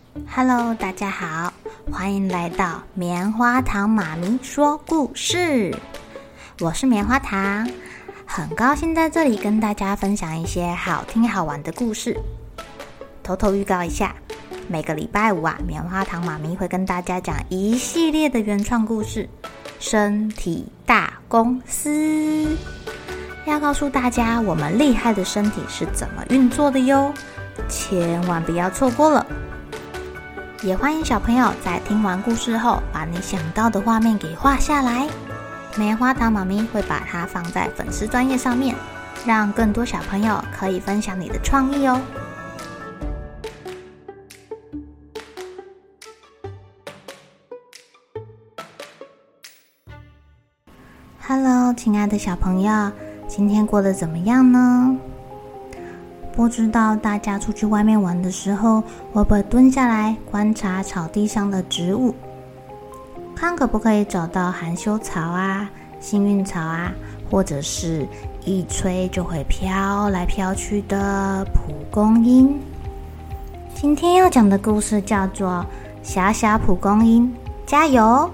Hello， 大家好，欢迎来到棉花糖妈咪说故事。我是棉花糖，很高兴在这里跟大家分享一些好听好玩的故事。偷偷预告一下，每个礼拜五棉花糖妈咪会跟大家讲一系列的原创故事，身体大公司，要告诉大家我们厉害的身体是怎么运作的哟，千万不要错过了。也欢迎小朋友在听完故事后，把你想到的画面给画下来。棉花糖妈咪会把它放在粉丝专页上面，让更多小朋友可以分享你的创意哦。Hello， 亲爱的小朋友，今天过得怎么样呢？不知道大家出去外面玩的时候，会不会蹲下来观察草地上的植物，看可不可以找到含羞草啊、幸运草啊，或者是一吹就会飘来飘去的蒲公英。今天要讲的故事叫做小小蒲公英加油。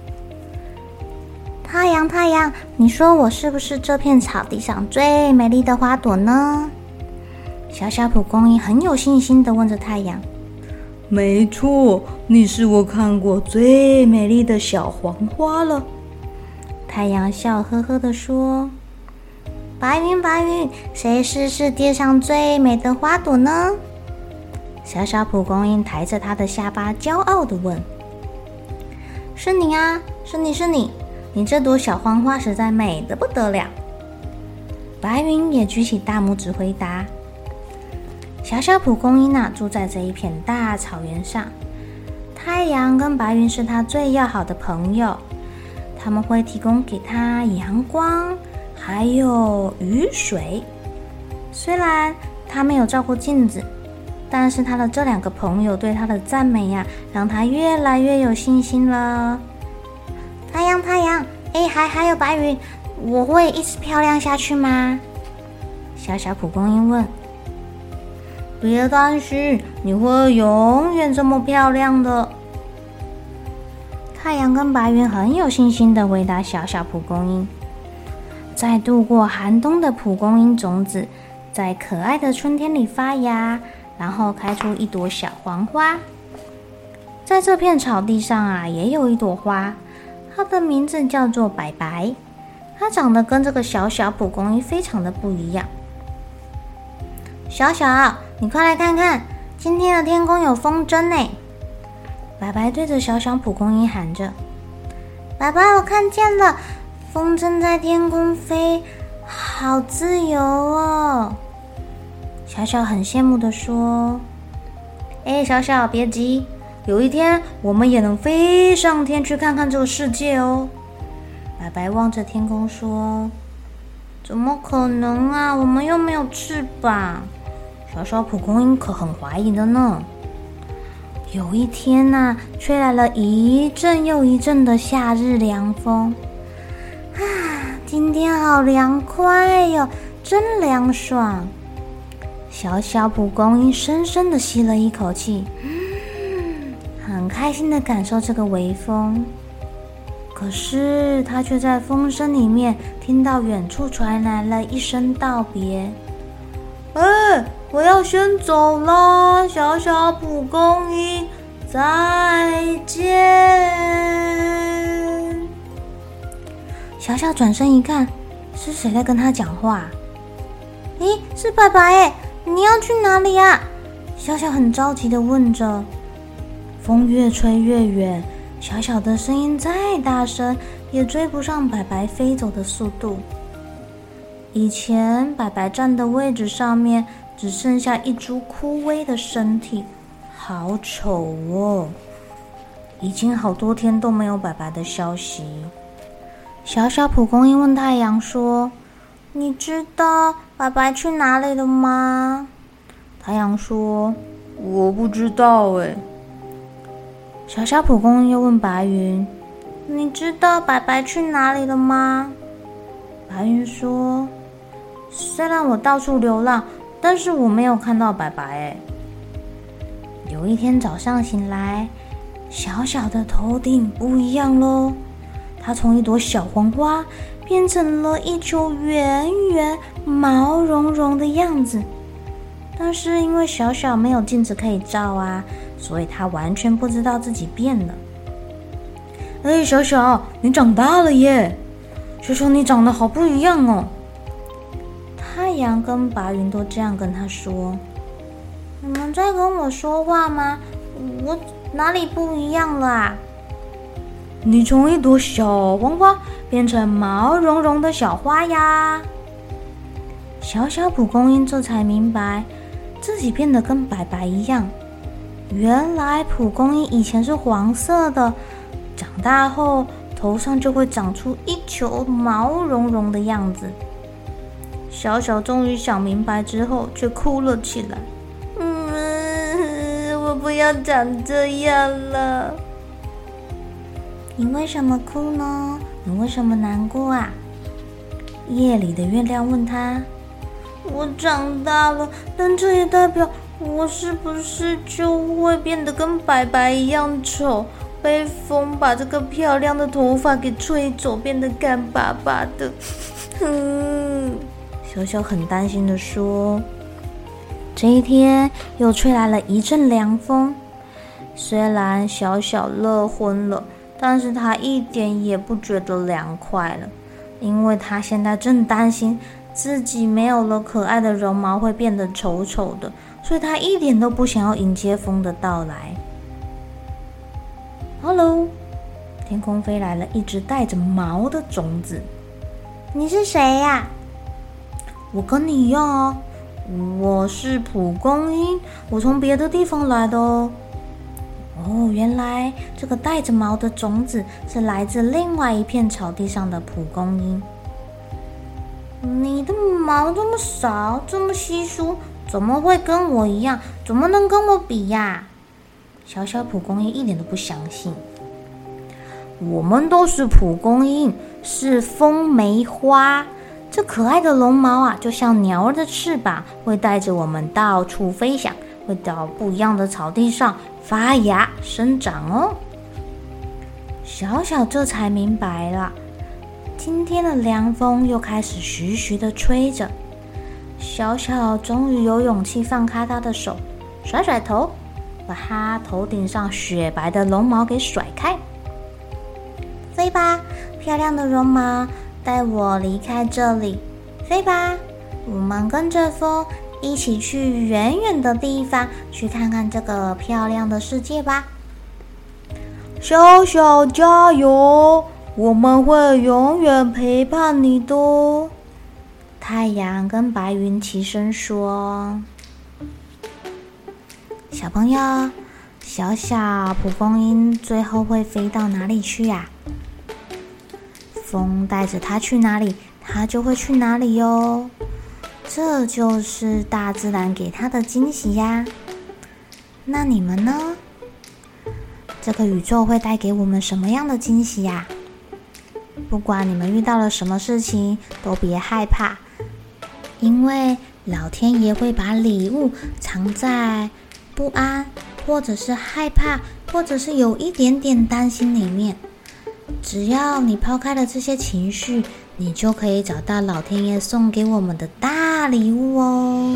太阳太阳，你说我是不是这片草地上最美丽的花朵呢？小小蒲公英很有信心地问着太阳。 没错，你是我看过最美丽的小黄花了。 太阳笑呵呵地说。白云白云，谁是世界上最美的花朵呢？小小蒲公英抬着它的下巴骄傲地问。是你啊，是你，你这朵小黄花实在美得不得了。白云也举起大拇指回答。小小蒲公英住在这一片大草原上，太阳跟白云是它最要好的朋友，他们会提供给它阳光还有雨水。虽然它没有照过镜子，但是它的这两个朋友对它的赞美让它越来越有信心了。太阳太阳，还有白云，我会一直漂亮下去吗？小小蒲公英问。别担心，你会永远这么漂亮的。太阳跟白云很有信心地回答小小蒲公英。在度过寒冬的蒲公英种子，在可爱的春天里发芽，然后开出一朵小黄花。在这片草地上也有一朵花，它的名字叫做白白，它长得跟这个小小蒲公英非常的不一样。小小，你快来看看，今天的天空有风筝呢！白白对着小小蒲公英喊着：“白白，我看见了，风筝在天空飞，好自由哦！”小小很羡慕地说：“小小别急，有一天我们也能飞上天去看看这个世界哦。”白白望着天空说：“怎么可能啊？我们又没有翅膀。”小小蒲公英可很怀疑的呢。有一天吹来了一阵又一阵的夏日凉风。今天好凉快哟，真凉爽。小小蒲公英深深地吸了一口气，很开心地感受这个微风。可是他却在风声里面听到远处传来了一声道别。我要先走了，小小蒲公英，再见。小小转身一看，是谁在跟他讲话？是白白你要去哪里啊？小小很着急地问着。风越吹越远，小小的声音再大声，也追不上白白飞走的速度。以前白白站的位置上面只剩下一株枯萎的身体，好丑哦！已经好多天都没有白白的消息。小小蒲公英问太阳说：“你知道白白去哪里了吗？”太阳说：“我不知道小小蒲公英又问白云：“你知道白白去哪里了吗？”白云说：“虽然我到处流浪，但是我没有看到白白有一天早上醒来，小小的头顶不一样咯，它从一朵小黄花变成了一球圆圆毛茸茸的样子。但是因为小小没有镜子可以照啊，所以它完全不知道自己变了。 小小，你长大了耶！小小，你长得好不一样哦。 太阳跟白云都这样跟他说。你们在跟我说话吗？我哪里不一样了啊？ 你从一朵小黄花变成毛茸茸的小花呀！ 小小蒲公英这才明白，自己变得跟白白一样。原来蒲公英以前是黄色的，长大后头上就会长出一球毛茸茸的样子。小小终于想明白之后，却哭了起来。我不要长这样了。你为什么哭呢？你为什么难过啊？夜里的月亮问他。我长大了，但这也代表我是不是就会变得跟白白一样丑，被风把这个漂亮的头发给吹走，变得干巴巴的。小小很担心地说。这一天又吹来了一阵凉风，虽然小小热昏了，但是他一点也不觉得凉快了，因为他现在正担心自己没有了可爱的绒毛会变得丑丑的，所以他一点都不想要迎接风的到来。Hello， 天空飞来了一只带着毛的种子。你是谁呀？我跟你一样啊，我是蒲公英，我从别的地方来的哦。原来这个带着毛的种子是来自另外一片草地上的蒲公英。你的毛这么少，这么稀疏，怎么会跟我一样？怎么能跟我比呀？小小蒲公英一点都不相信。我们都是蒲公英，是风梅花。这可爱的绒毛啊，就像鸟儿的翅膀，会带着我们到处飞翔，会到不一样的草地上发芽生长哦。小小这才明白了，今天的凉风又开始徐徐地吹着。小小终于有勇气放开他的手，甩甩头，把他头顶上雪白的绒毛给甩开。飞吧，漂亮的绒毛，带我离开这里，飞吧！我们跟着风一起去远远的地方，去看看这个漂亮的世界吧。 小小加油，我们会永远陪伴你的哦。 太阳跟白云齐声说。小朋友，小小蒲公英最后会飞到哪里去呀？风带着它去哪里，它就会去哪里哟。这就是大自然给它的惊喜呀。那你们呢？这个宇宙会带给我们什么样的惊喜呀？不管你们遇到了什么事情，都别害怕，因为老天爷会把礼物藏在不安，或者是害怕，或者是有一点点担心里面。只要你抛开了这些情绪，你就可以找到老天爷送给我们的大礼物哦。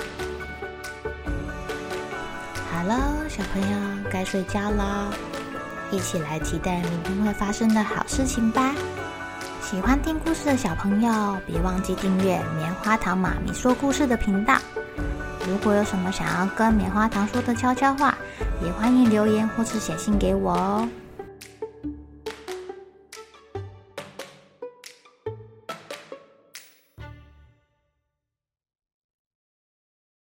好了，小朋友该睡觉了，一起来期待明天会发生的好事情吧。喜欢听故事的小朋友，别忘记订阅棉花糖妈咪说故事的频道。如果有什么想要跟棉花糖说的悄悄话，也欢迎留言或是写信给我哦。